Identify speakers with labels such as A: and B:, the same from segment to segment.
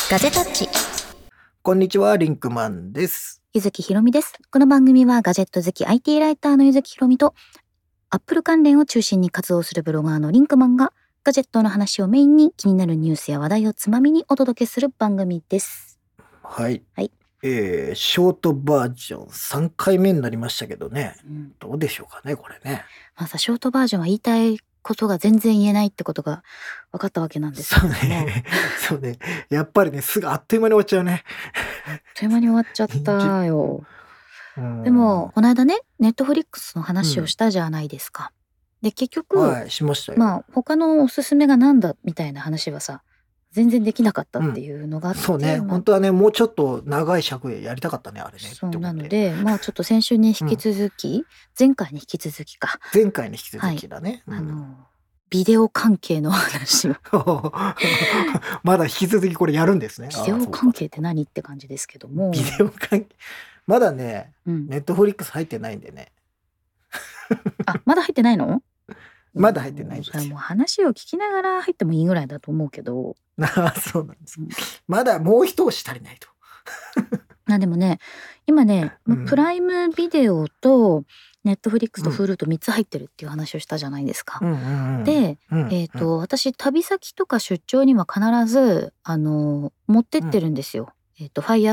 A: ガジェタッチ。
B: こんにちは、リンクマンです。
A: ゆずきひろみです。この番組はガジェット好き IT ライターのゆずきひろみとアップル関連を中心に活動するブロガーのリンクマンがガジェットの話をメインに気になるニュースや話題をつまみにお届けする番組です。
B: はい。
A: はい。
B: ショートバージョン3回目になりましたけどね。どうでしょうかね、これね。
A: まあさ、ショートバージョンは言いたいことが全然言えないってことが分かったわけなんですけども。
B: そうね。やっぱりね、すぐあっという間に終わっちゃうね。
A: あっという間に終わっちゃったよ。でも、この間ね、ネットフリックスの話をしたじゃないですか。で、結局、
B: はい、しましたよ。
A: まあ、他のおすすめがなんだみたいな話はさ、全然できなかったっていうのがあって、
B: そうね、本当はね、もうちょっと長い尺でやりたかったね、あれね。
A: そうなので、まあちょっと先週に引き続き、前回に引き続きか。
B: 前回に引き続きだね。
A: ビデオ関係の話を。
B: まだ引き続きこれやるんですね。
A: ビデオ関係って何って感じですけども。
B: ビデオ関係。まだね、ネットフリックス入ってないんでね。
A: あ、まだ入ってないの？
B: まだ入ってないんですよ。
A: もう話を聞きながら入ってもいいぐらいだと思うけど。
B: そうなんです。まだもう一押し足りないと。
A: でもね、今ね、プライムビデオとネットフリックスとHuluと3つ入ってるっていう話をしたじゃないですか。で、私旅先とか出張には必ず持ってってるんですよ。Fire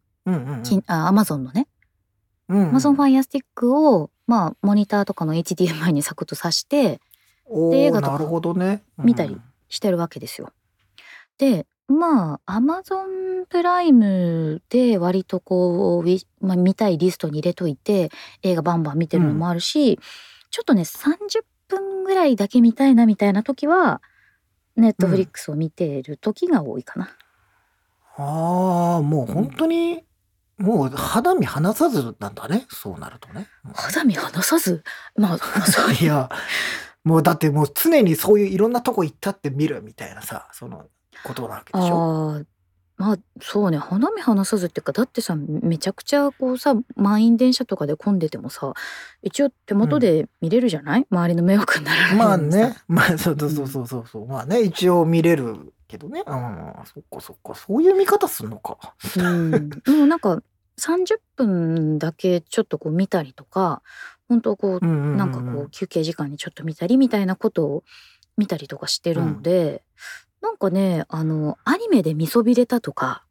A: Stick、Amazon のね。Amazon Fire Stick をまあモニターとかの HDMI にサクッと挿して、で映画とか見たりしてるわけですよ。で、まあ Amazon プライムで割とこう、見たいリストに入れといて映画バンバン見てるのもあるし、ちょっとね30分ぐらいだけ見たいなみたいな時はネットフリックスを見てる時が多いかな。
B: もう本当に、もう肌身離さずなんだね、そうなるとね。
A: 肌身離さず、そう
B: いやもうだってもう常にそういういろんなとこ行ったって見るみたいなさ、そのことなわけでしょ。
A: まあそうね、肌身離さずっていうか、だってさ、めちゃくちゃこうさ、満員電車とかで混んでてもさ、一応手元で見れるじゃない？周りの迷惑にならないようにさ。
B: まあね、そう、まあね、一応見れるけどね。そっか、そういう見方するのか。
A: でもなんか30分だけちょっとこう見たりとか、本当こうなんかこう休憩時間にちょっと見たりみたいなことを見たりとかしてるので、なんかね、アニメで見そびれたとか、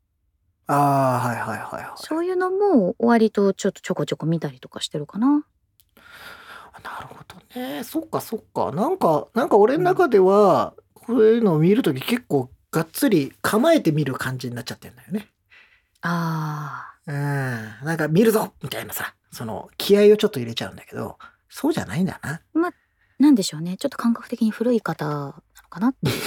A: そういうのも割とちょっとちょこちょこ見たりとかしてるかな。
B: なるほどね。そっか。なんか俺の中では、こういうのを見るとき結構がっつり構えて見る感じになっちゃってるんだよね。なんか見るぞみたいなさ、その気合をちょっと入れちゃうんだけど、そうじゃないんだな。
A: なんでしょうね。ちょっと感覚的に古い方なのかなっていう。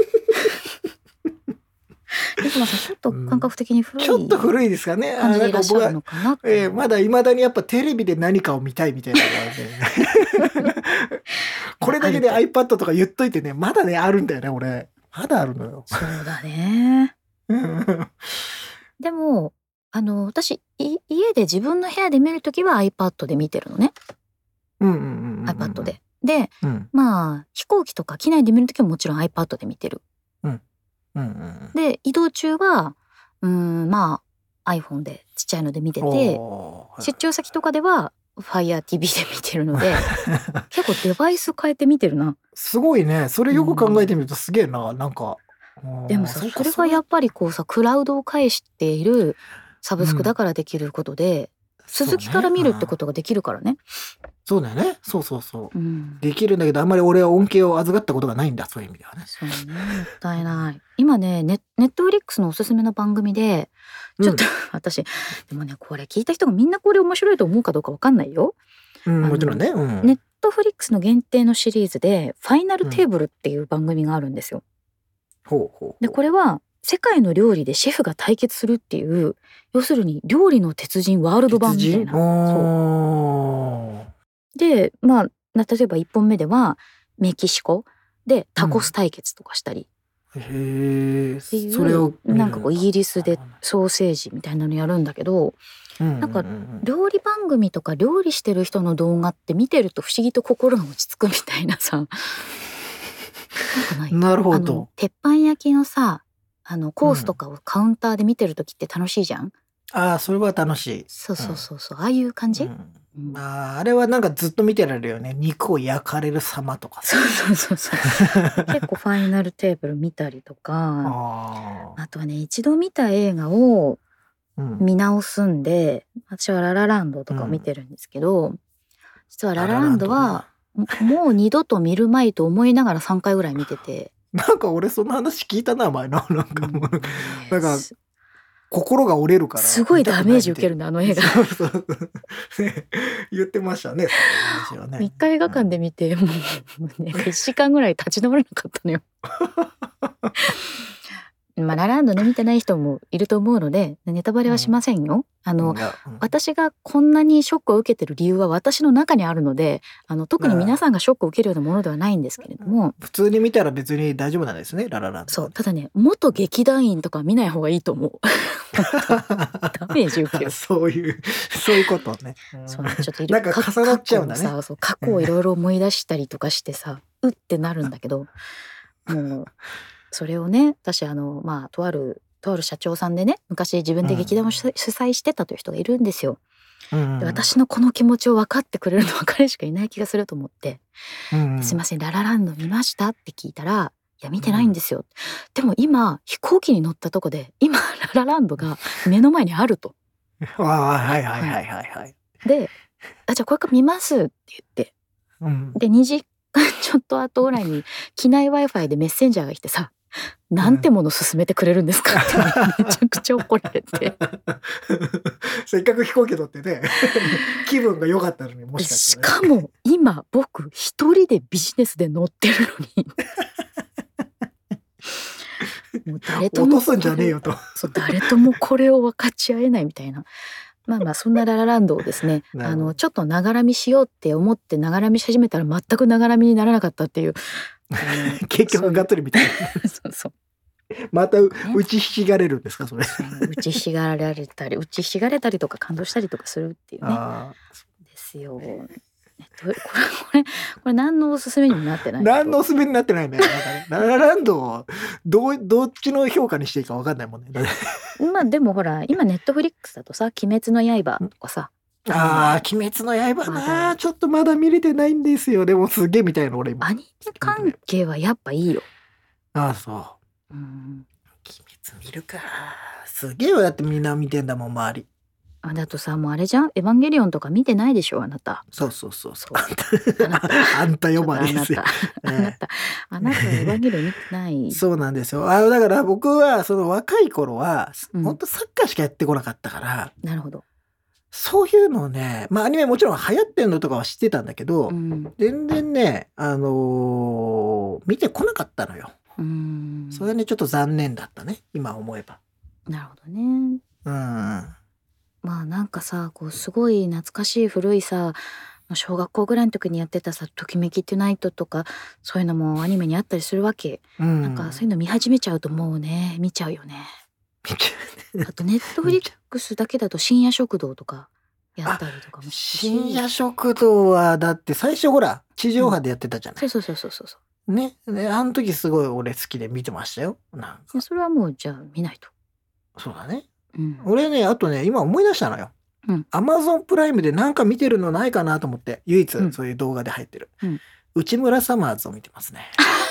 A: リクマさん、ちょっと感覚的に古い。
B: ちょっと古いですかね。
A: 感じでいらっしゃるのかなって。
B: まだ未だにやっぱテレビで何かを見たいみたいなのがこれだけで iPad とか言っといてね、まだね、あるんだよね、俺。まだあるのよ。
A: そうだね。でも、私、家で自分の部屋で見るときは iPad で見てるのね。iPad で。で、まあ、飛行機とか機内で見るときももちろん iPad で見てる。で、移動中は、まあ、iPhone でちっちゃいので見てて、出張先とかでは Fire TV で見てるので、結構デバイス変えて見てるな。
B: すごいね。それよく考えてみるとすげえな、なんか。
A: でもさ、それはやっぱりこうさ、クラウドを介しているサブスクだからできることで、続きから見るってことができるからね。
B: そうだよね。そう。できるんだけど、あんまり俺は恩恵を預かったことがないんだ、そういう意味ではね。
A: そうね、もったいない。今ね、ネットフリックスのおすすめの番組で、ちょっと、私、でもね、これ聞いた人がみんなこれ面白いと思うかどうかわかんないよ。
B: もちろんね。
A: ネットフリックスの限定のシリーズで、ファイナルテーブルっていう番組があるんですよ。で、これは、世界の料理でシェフが対決するっていう、要するに料理の鉄人ワールド版みたいな。で、まあ、例えば1本目ではメキシコでタコス対決とかしたり。っていうそれをなんかこうイギリスでソーセージみたいなのやるんだけど、なんか料理番組とか料理してる人の動画って見てると不思議と心が落ち着くみたいなさ。
B: なるほど。
A: 鉄板焼きのさ、 コースとかをカウンターで見てる時って楽しいじゃん。
B: ああ、それは楽しい。
A: そうそうそうそう、ああいう感じ、
B: まあ、あれはなんかずっと見てられるよね。肉を焼かれる様とかさ。
A: そうそうそうそう結構ファイナルテーブル見たりとか、あとはね、一度見た映画を見直すんで、私はララランドとかを見てるんですけど、実はララランドはもう二度と見るまいと思いながら3回ぐらい見てて。
B: なんか俺そんな話聞いたな、前な。なんかもう、なんか心が折れるから。
A: すごいダメージ受けるんだ、あの映画。
B: そうそうそう言ってましたね、その話はね。
A: 3回映画館で見て、もうね、1時間ぐらい立ち直れなかったのよ。まあ、ラランドね、見てない人もいると思うのでネタバレはしませんよ。私がこんなにショックを受けてる理由は私の中にあるので、特に皆さんがショックを受けるようなものではないんですけれども、
B: 普通に見たら別に大丈夫なんですね、ララランド。
A: そう、ただね、元劇団員とか見ない方がいいと思う。ダメージ受ける。
B: そういうことね。
A: そうね、ちょっと
B: なんか重なっちゃうんだね。
A: そう、過去をいろいろ思い出したりとかしてさ、うってなるんだけど、もうそれをね、私まあとある社長さんでね、昔自分で劇団を主催してたという人がいるんですよ。で、私のこの気持ちを分かってくれるのは彼しかいない気がすると思って、すいません、ララランド見ましたって聞いたら、いや見てないんですよ。でも今飛行機に乗ったとこで今ララランドが目の前にあると。
B: はいはいはいはい。
A: で、じゃあこれから見ますって言って、で2時間ちょっと後ぐらいに機内 Wi-Fi でメッセンジャーが来てさ、なんてもの勧めてくれるんですかってめちゃくちゃ怒られて
B: せっかく飛行機乗ってね気分が良かったのに、もしかして、
A: ね、しかも今僕一人でビジネスで乗ってるのにもう誰とも
B: 落とすんじゃねえよと。
A: そう、誰ともこれを分かち合えないみたいな。まあまあそんなララランドをですねちょっとながらみしようって思ってながらみし始めたら全くながらみにならなかったっていう
B: 結局がっつりみたいな
A: そうそう
B: また打ちひしがれるんですか、それ。
A: 打ちひしがれたりとか感動したりとかするっていうねですよ。これ何のおすすめにもなってない。
B: 何のおすすめになってないね。ララランドをどっちの評価にしていいか分かんないもんね。
A: まあでもほら今ネットフリックスだとさ「鬼滅の刃」とかさ。
B: 鬼滅の刃な、ちょっとまだ見れてないんですよ。でもすげえみたいな、俺今。
A: アニメ関係はやっぱいいよ。
B: そう。鬼滅見るか。すげえよ、だってみんな見てんだもん、周り。
A: だとさ、もうあれじゃん、エヴァンゲリオンとか見てないでしょ、あなた。
B: そう。あんた呼ばれですよ。
A: あなたエヴァンゲリオン見てない。
B: そうなんですよ。だから僕はその若い頃は本当サッカーしかやってこなかったから。
A: なるほど。
B: そういうのをね、まあアニメもちろん流行ってるのとかは知ってたんだけど、全然ね、見てこなかったのよ。それね、ちょっと残念だったね、今思えば。
A: なるほどね。まあなんかさ、こうすごい懐かしい古いさ、小学校ぐらいの時にやってたさ「ときめきトゥナイト」とかそういうのもアニメにあったりするわけ。なんかそういうの見始めちゃうともうね見ちゃうよね。あとネットフリックスだけだと深夜食堂とかやったりとかも
B: して。深夜食堂はだって最初ほら地上波でやってたじゃない。
A: そう
B: ね、あの時すごい俺好きで見てましたよ。なんか
A: それはもうじゃあ見ないと。
B: そうだね。俺ね、あとね今思い出したのよ。Amazon プライムでなんか見てるのないかなと思って唯一そういう動画で入ってる、内村サマーズを見てますね。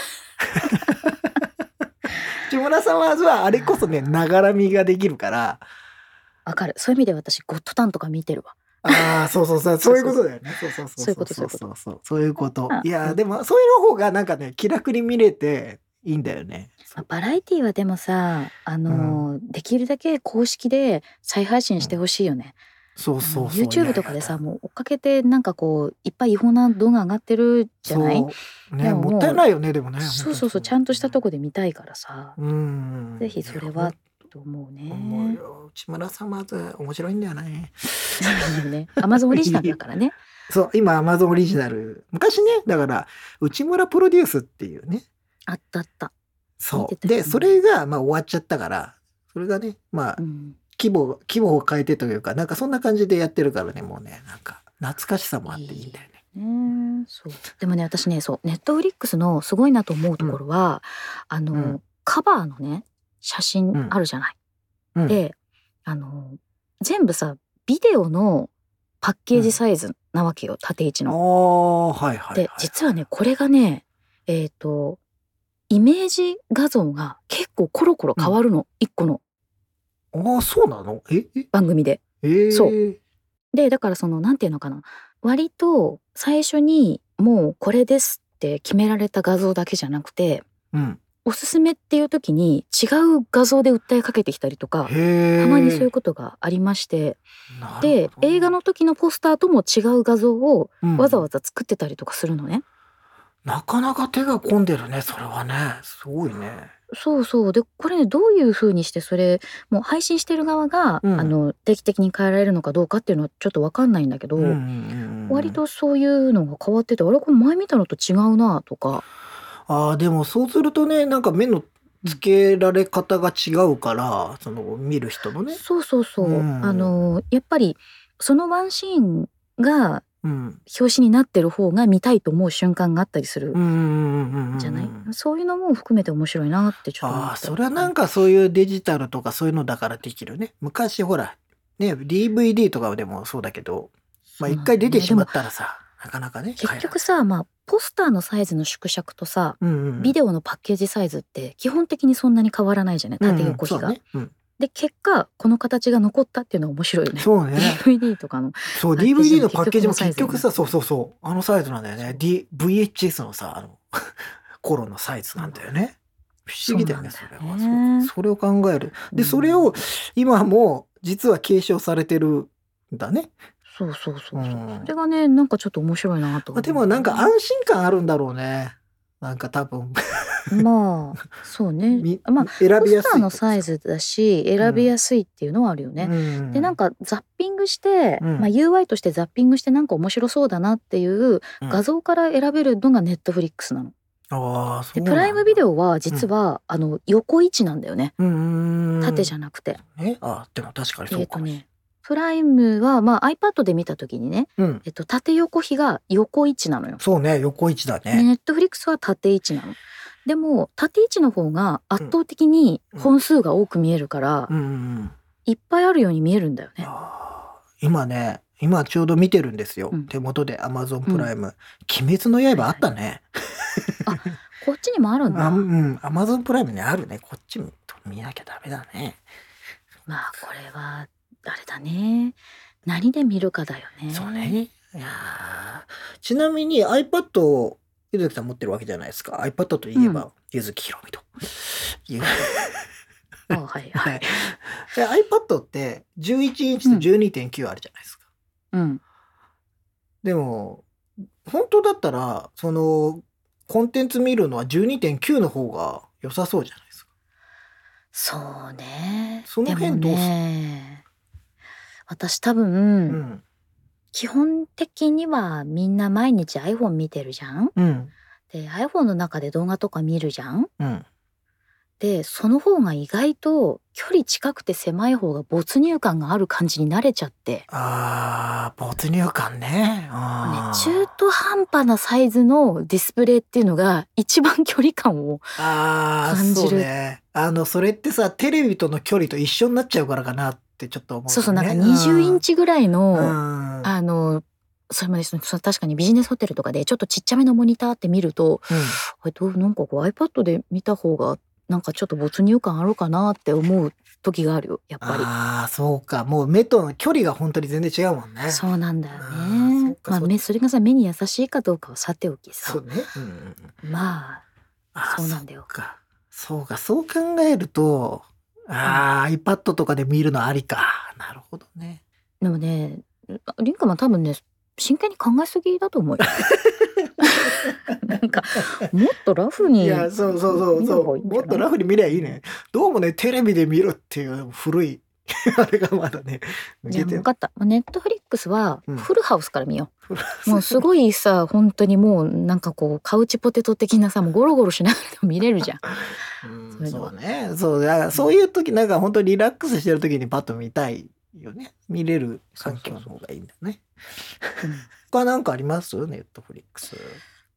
B: 内村サマーズはあれこそねながら見ができるから。
A: わかる。そういう意味で私ゴッドタンとか見てるわ。
B: そういうことだよね。そういうこと。いやでもそういう方がなんかね気楽に見れていいんだよね。
A: バラエティはでもさできるだけ公式で再配信してほしいよね。YouTube とかでさもう追っかけてなんかこういっぱい違法な動画上がってるじゃない。
B: ね、もったいないよねでもね。
A: そうちゃんとしたとこで見たいからさ。ぜひそれはと思うね。
B: 内村さんまず面白いんだよね。
A: Amazon オリジナルだからね。
B: そう今 Amazon オリジナル昔ねだから内村プロデュースっていうね
A: あった。
B: そうでそれがまあ終わっちゃったからそれがねまあ、規模を変えてというかなんかそんな感じでやってるからねもうねなんか懐かしさもあっていいんだよね。
A: そうでもね私ねネットフリックスのすごいなと思うところは、カバーのね写真あるじゃない。
B: うん。
A: で、全部さ、ビデオのパッケージサイズなわけよ、縦位置
B: あ
A: の。
B: あ、はいはい
A: で、
B: はい。
A: 実はね、これがね、イメージ画像が結構コロコロ変わるの、一個の
B: ああ、そうなの？
A: 番組で。そう。
B: え。
A: で、だからなんていうのかな。割と最初にもうこれですって決められた画像だけじゃなくて、
B: うん。
A: おすすめっていう時に違う画像で訴えかけてきたりとか、
B: へえ。
A: たまにそういうことがありまして、
B: なる
A: で、
B: ほど。
A: 映画の時のポスターとも違う画像を
B: うん。
A: わざわざ作ってたりとかするのね。
B: なかなか手が込んでるね、それはね。すごいね。
A: そうそう。で、これね、どういう風にしてそれ、もう配信してる側が、
B: うん。
A: 定期的に変えられるのかどうかっていうのはちょっとわかんないんだけど、
B: うんうんうんうん。
A: 割とそういうのが変わってて、あれこれ前見たのと違うなとか。
B: ああ、でもそうするとね、なんか目の付けられ方が違うから、見る人のね。
A: そうそうそう。
B: ん。
A: やっぱりそのワンシーンが
B: うん。
A: 表紙になってる方が見たいと思う瞬間があったりする
B: うんうんうんうんうん
A: じゃない？
B: うん。
A: そういうのも含めて面白いなってちょっと思
B: ああ、
A: った
B: それはなんかそういうデジタルとかそういうのだからできるね。昔ほら、ね、DVD とかでもそうだけど、まあ一回出てしまったらさ、なかなかね、
A: 結
B: 変えられない。
A: 局さ、ポスターのサイズの縮尺とさ、
B: うんうん
A: ビデオのパッケージサイズって基本的にそんなに変わらないじゃない、縦横比が。
B: そうね。うん。
A: で、結果、この形が残ったっていうのは面白いよね。
B: そうね。
A: DVD とかの
B: そう、
A: パッケージ
B: DVD
A: も
B: のパッケージも
A: 結局このサイズになってる。
B: そうそうそう、あのサイズなんだよね。VHS のさ、頃のサイズなんだよね。不思議だよね、それは。それを考える。で、それを今も実は継承されてるんだね。
A: そうそうそうそう。それがね、なんかちょっと面白いなと思う。
B: でもなんか安心感あるんだろうね。なんか多分。
A: まあ、そうね。
B: 選びやすい。
A: ポスターのサイズだし、選びやすいっていうのはあるよね。で、なんかザッピングして、UI としてザッピングしてなんか面白そうだなっていう画像から選べるのがネットフリックスなの。
B: ああ、そう。
A: で、プライムビデオは実は、横位置なんだよね。縦じゃなくて。
B: でも確かにそうかもしれない。
A: プライムは、iPad で見た時にね、縦横比が横位置なのよ。
B: そうね、横位置だね。
A: ネットフリックスは縦位置なの。でも縦位置の方が圧倒的に本数が多く見えるから、いっぱいあるように見えるんだよね。
B: 今ちょうど見てるんですよ。手元で Amazon プライム。鬼滅の刃あったね。
A: あ、こっちにもあるんだ。
B: Amazon プライムにあるね。こっち見なきゃダメだね。
A: これはあれだね。何で見るかだよね。
B: そうね。ちなみに iPad をゆずきさん持ってるわけじゃないですか。iPad といえば、ゆずきひろみと。
A: はいはい。
B: iPad って11インチと 12.9 あるじゃないですか。でも、本当だったら、コンテンツ見るのは 12.9 の方が良さそうじゃないですか。
A: そうね。
B: その辺どうする？
A: 私多分、基本的にはみんな毎日 iPhone 見てるじゃん。で iPhone の中で動画とか見るじゃん。でその方が意外と距離近くて狭い方が没入感がある感じに慣れちゃって。
B: 没入感ね。
A: 中途半端なサイズのディスプレイっていうのが一番距離感を感じる。
B: そうね。それってさ、テレビとの距離と一緒になっちゃうからかなってちょっと思う、ね。
A: そうなんか20インチぐらいの、それまで確かにビジネスホテルとかでちょっとちっちゃめのモニターって見ると、なんかiPad で見た方がなんかちょっと没入感あるかなって思う時があるよ、やっぱ
B: り。そうか。もう目との距離が本当に全然違うもんね。
A: そうなんだよね。それがさ、目に優しいかどうかはさておきさ。
B: そうね。
A: そうなんだよ。
B: そうか。そう考えると、iPad とかで見るのありか。なるほどね。
A: でもね、リンカマン多分ね、真剣に考えすぎだと思うよ。なんかもっとラフに。
B: そうもっとラフに見りゃいいね。どうもね、テレビで見るっていう古いあれがまだね。
A: じゃあ分かった。ネットフリックスはフルハウスから見よう。もうすごいさ、本当にもうなんかこうカウチポテト的なさ、もうゴロゴロしながらでも見れるじゃん。
B: そうね。そういう時なんか本当にリラックスしてる時にパッと見たいよね。見れる環境の方がいいんだね。他なんかあります？ネットフリックス。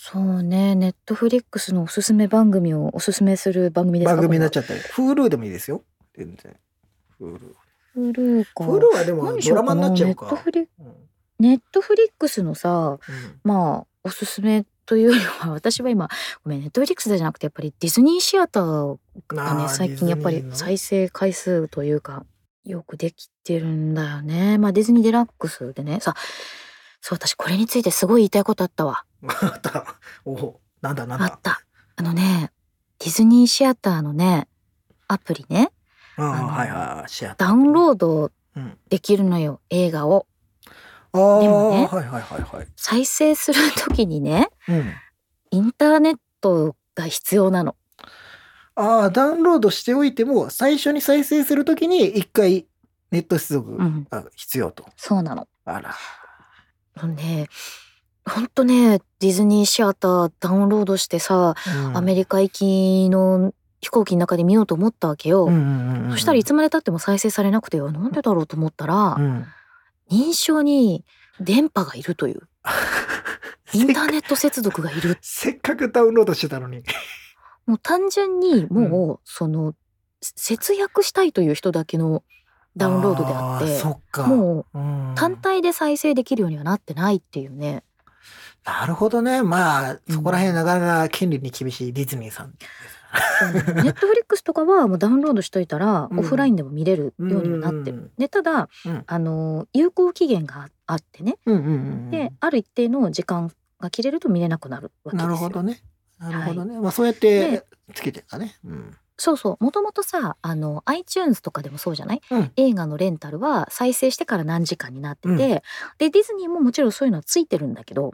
A: そうね、ネットフリックスのおすすめ番組をおすすめする番組ですか？
B: 番組になっちゃったり。Hulu でもいいですよ。全然。
A: Hulu か。
B: Hulu はでもドラマになっちゃうか。
A: ネットフリックスのさ、まあおすすめというよりは、私は今ごめん、ネットフリックスじゃなくてやっぱりディズニーシアターがね、最近やっぱり再生回数というかよくできてるんだよね。まあディズニーデラックスでね、そう私これについてすごい言いたいことあったわ。
B: あった。なんだ。
A: あった。ディズニーシアターのね、アプリね。ダウンロードできるのよ、映画を。でもね、再生するときにね、インターネットが必要なの。
B: ダウンロードしておいても、最初に再生するときに一回ネット接続が必要と。
A: そうなの。
B: あら。
A: ほんとね、ディズニーシアターダウンロードしてさ、アメリカ行きの飛行機の中で見ようと思ったわけよ。そしたらいつまで経っても再生されなくてよ。なんでだろうと思ったら、認証に電波がいるという。インターネット接続がいる。
B: せっかくダウンロードしてたのに。
A: もう単純にもう、節約したいという人だけのダウンロードであって、もう単体で再生できるようにはなってないっていうね。
B: なるほどね。まあそこら辺なかなか権利に厳しいディズニーさんです。
A: ネットフリックスとかはもうダウンロードしといたらオフラインでも見れるようにはなってる。でただ、有効期限があってね、である一定の時間が切れると見れなくなるわけですよ。
B: なるほどね。まあそうやってつけてるかね。
A: そうもともとさiTunes とかでもそうじゃない、映画のレンタルは再生してから何時間になってて、でディズニーももちろんそういうのはついてるんだけど、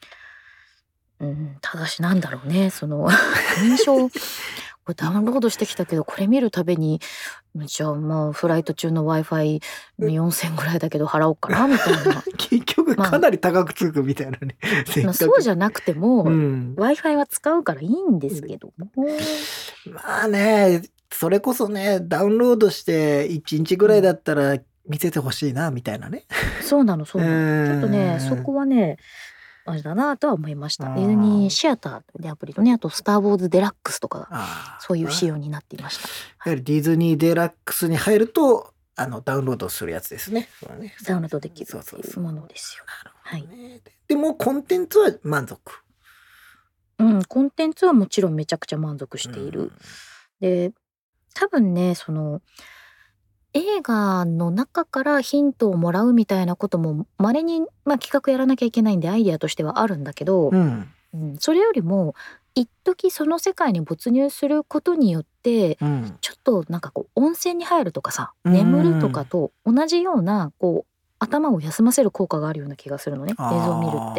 A: ただしなんだろうね、認証これダウンロードしてきたけどこれ見るたびにじゃあまあフライト中の Wi-Fi 4000ぐらいだけど払おうかなみたいな
B: 結局かなり高くつくみたいなね、
A: そうじゃなくても、Wi-Fi は使うからいいんですけども、
B: まあね、それこそねダウンロードして1日ぐらいだったら見せてほしいなみたいなね。
A: そうなのちょっとねそこはねあれだなとは思いました。ディズニーシアターでアプリとね、あとスター・ウォーズ・デラックスとかがそういう仕様になっていました。
B: やはりディズニーデラックスに入るとダウンロードするやつですね。
A: ダウンロードできるっていうものですよ。はい。
B: でもコンテンツは満足。
A: コンテンツはもちろんめちゃくちゃ満足している。で、多分ね映画の中からヒントをもらうみたいなことも稀に、企画やらなきゃいけないんでアイデアとしてはあるんだけど、それよりも一時その世界に没入することによって、ちょっとなんか温泉に入るとかさ、眠るとかと同じような頭を休ませる効果があるような気がするのね、映像を見るって。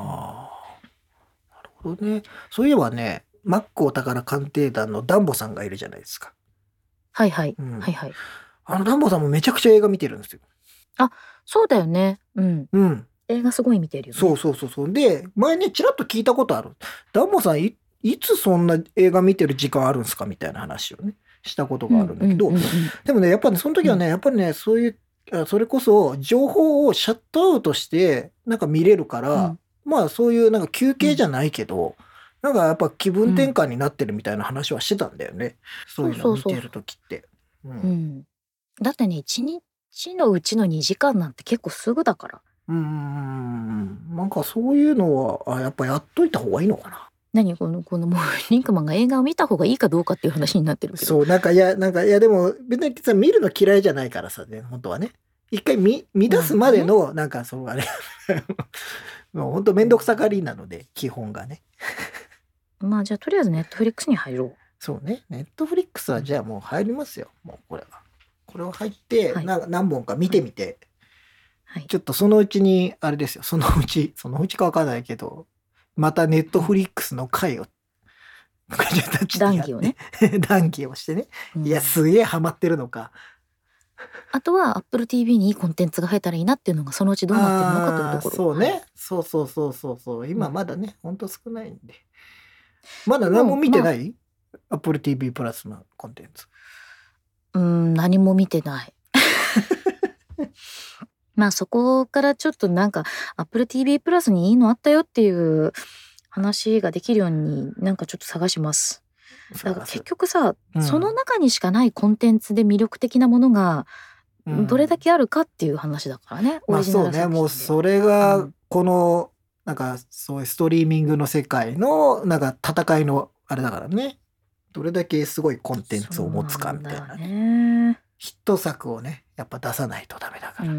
B: なるほどね。そういえばね、マックお宝鑑定団のダンボさんがいるじゃないですか。
A: はいはい。
B: ダンボさんもめちゃくちゃ映画見てるんですよ。
A: あ、そうだよね。映画すごい見てるよね。
B: そう。で、前ね、ちらっと聞いたことある。ダンボさんいつそんな映画見てる時間あるんですかみたいな話をね、したことがあるんだけど、でもね、やっぱりその時はね、やっぱりね、そういう、それこそ情報をシャットアウトしてなんか見れるから、まあそういうなんか休憩じゃないけど、なんかやっぱ気分転換になってるみたいな話はしてたんだよね。そういうの見てる時って。
A: だってね、1日のうちの2時間なんて結構すぐだから。
B: なんかそういうのはやっぱやっといた方がいいのかな。
A: 何このもうリンクマンが映画を見た方がいいかどうかっていう話になってるけど。
B: そうなんかいやでも別にさ見るの嫌いじゃないからさね、本当はね。一回見出すまでのなんかそうあれもう本当めんどくさがりなので基本がね。
A: まあじゃあとりあえずネットフリックスに入ろう。
B: そうね、ネットフリックスはじゃあもう入りますよ。もうこれを入って、何本か見てみて、ちょっとそのうちにあれですよ、そのうちかわかんないけど、またネットフリックスの回を
A: 談義をね
B: 談義をしてね、いやすげえハマってるのか。
A: あとは Apple TV にいいコンテンツが増えたらいいなっていうのがそのうちどうなってるのかというところ。
B: そうね、そう今まだね、ほんと少ないんで。まだ何も見てない、Apple TV プラスのコンテンツ。
A: 何も見てない。まあそこからちょっとなんか Apple TV プラスにいいのあったよっていう話ができるようになんかちょっと探します。だから結局さ、その中にしかないコンテンツで魅力的なものがどれだけあるかっていう話だからね、オリジナル作品で。
B: そうね、もうそれがこのなんかそういうストリーミングの世界のなんか戦いのあれだからね。どれだけすごいコンテンツを持つかみたいなね。ヒット作をねやっぱ出さないとダメだから。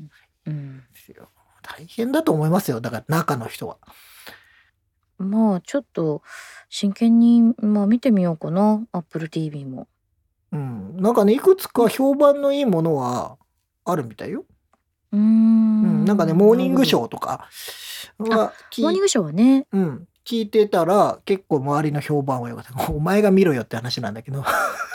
B: 大変だと思いますよ。だから中の人は。
A: まあちょっと真剣に見てみようかな、Apple TV も。
B: なんかねいくつか評判のいいものはあるみたいよ。なんかねモーニングショーとか
A: はモーニングショーはね、
B: 聞いてたら結構周りの評判は良かった。お前が見ろよって話なんだけど。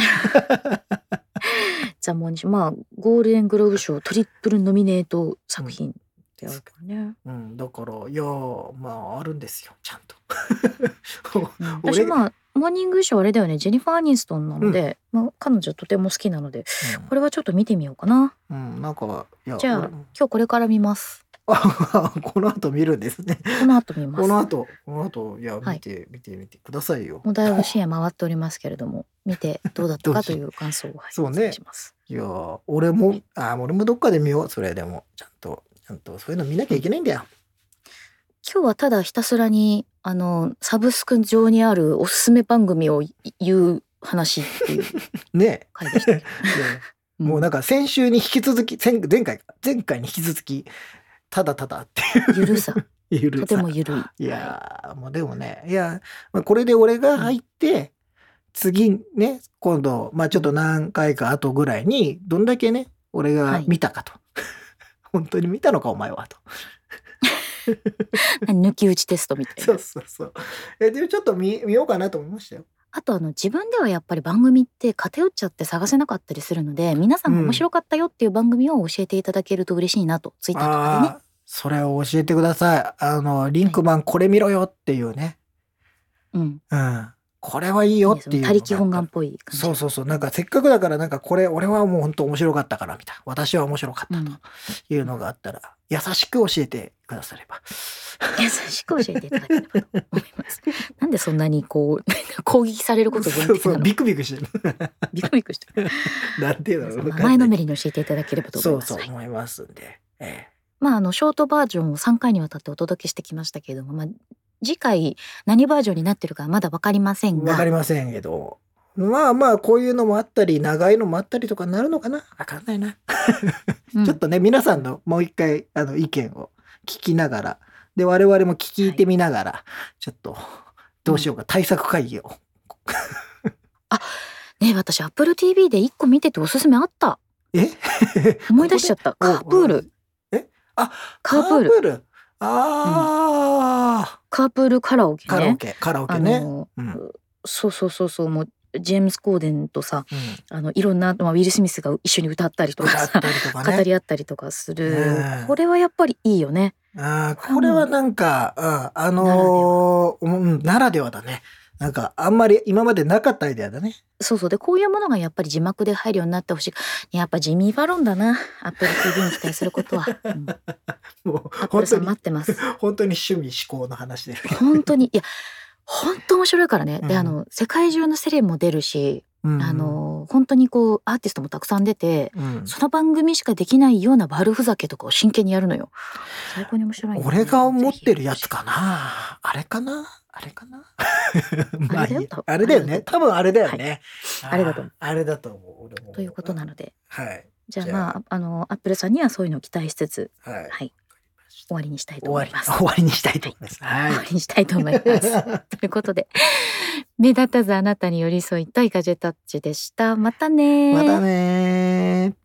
A: ザ・モーニングショー、ゴールデングローブ賞トリプルノミネート作品ってあるからね。
B: だからいやあるんですよちゃんと。
A: 私モーニングショーあれだよね、ジェニファー・アニストンなので、彼女とても好きなので、これはちょっと見てみようかな。
B: なんか
A: じゃあ今日これから見ます。
B: この後見るんですね。
A: この後見ます。
B: この後いや見てくださいよ。
A: もうだいぶ深夜回っておりますけれども、見てどうだったかという感想を
B: そうね。
A: します。
B: いや俺もどっかで見よう。それでもちゃんとそういうの見なきゃいけないんだよ。
A: 今日はただひたすらにサブスク上にあるおすすめ番組を言う話っていう回でした。
B: もうなんか先週に引き続き前回に引き続きただっていう
A: ゆるさとてもゆるい。
B: いやもうでもねこれで俺が入って、次ね今度ちょっと何回か後ぐらいにどんだけね俺が見たかと、本当に見たのかお前はと。
A: 抜き打ちテストみたいな。
B: そうでもちょっと見ようかなと思いましたよ。
A: あと自分ではやっぱり番組って偏っちゃって探せなかったりするので、皆さんが面白かったよっていう番組を教えていただけると嬉しいなと、ツイッターとかでね。
B: それを教えてください。リンクマンこれ見ろよっていうね。これはいいよっていう。
A: 他力本願っぽい感
B: じ。そうなんかせっかくだからなんかこれ俺はもう本当面白かったからみたいな。私は面白かったというのがあったら、優しく教えてくだされば。
A: 優しく教えていただければと思います。なんでそんなに攻撃されること前提なの？
B: ビクビクしてる。
A: ビクビクしてる。
B: なんていうの？
A: 前のめりに教えていただければと思います。
B: そう思いますんで。
A: ショートバージョンを3回にわたってお届けしてきましたけれども、次回何バージョンになってるかまだ分かりませんが。
B: 分かりませんけど。こういうのもあったり、長いのもあったりとかなるのかな？分かんないな。ちょっとね、皆さんのもう一回意見を聞きながら、で、我々も聞いてみながら、ちょっとどうしようか、対策会議を。
A: 私 Apple TV で1個見てておすすめあった。思い出しちゃった。カープール。
B: カープール。
A: カープールカラオケね。
B: カラオケね。
A: そうもうジェームス・コーデンとさ、いろんなウィル・スミスが一緒に歌ったりとか語り合ったりとかする、これはやっぱりいいよね。
B: これはなんかならではだね。なんかあんまり今までなかったアイデアだね。
A: そうでこういうものがやっぱり字幕で入るようになってほしい。やっぱジミー・ファロンだな、Apple TV に期待することは。
B: もう
A: アップルさん待ってます。
B: 本当に趣味嗜好の話で。
A: 本当に本当面白いからね。で世界中のセレブも出るし、本当にアーティストもたくさん出て、その番組しかできないような悪ふざけとかを真剣にやるのよ。最高に面白い、
B: 俺が思ってるやつかな。あれかな。あれだよね。多分あれだよね。
A: あれだと思う。
B: あれだと思う。
A: ということなので。じゃ
B: あ
A: アップルさんにはそういうのを期待しつつ、終わりにしたいと思います。
B: 終わりにしたいと思います。
A: 終わりにしたいと思います。ということで、目立たずあなたに寄り添いたいガジェタッチでした。またね。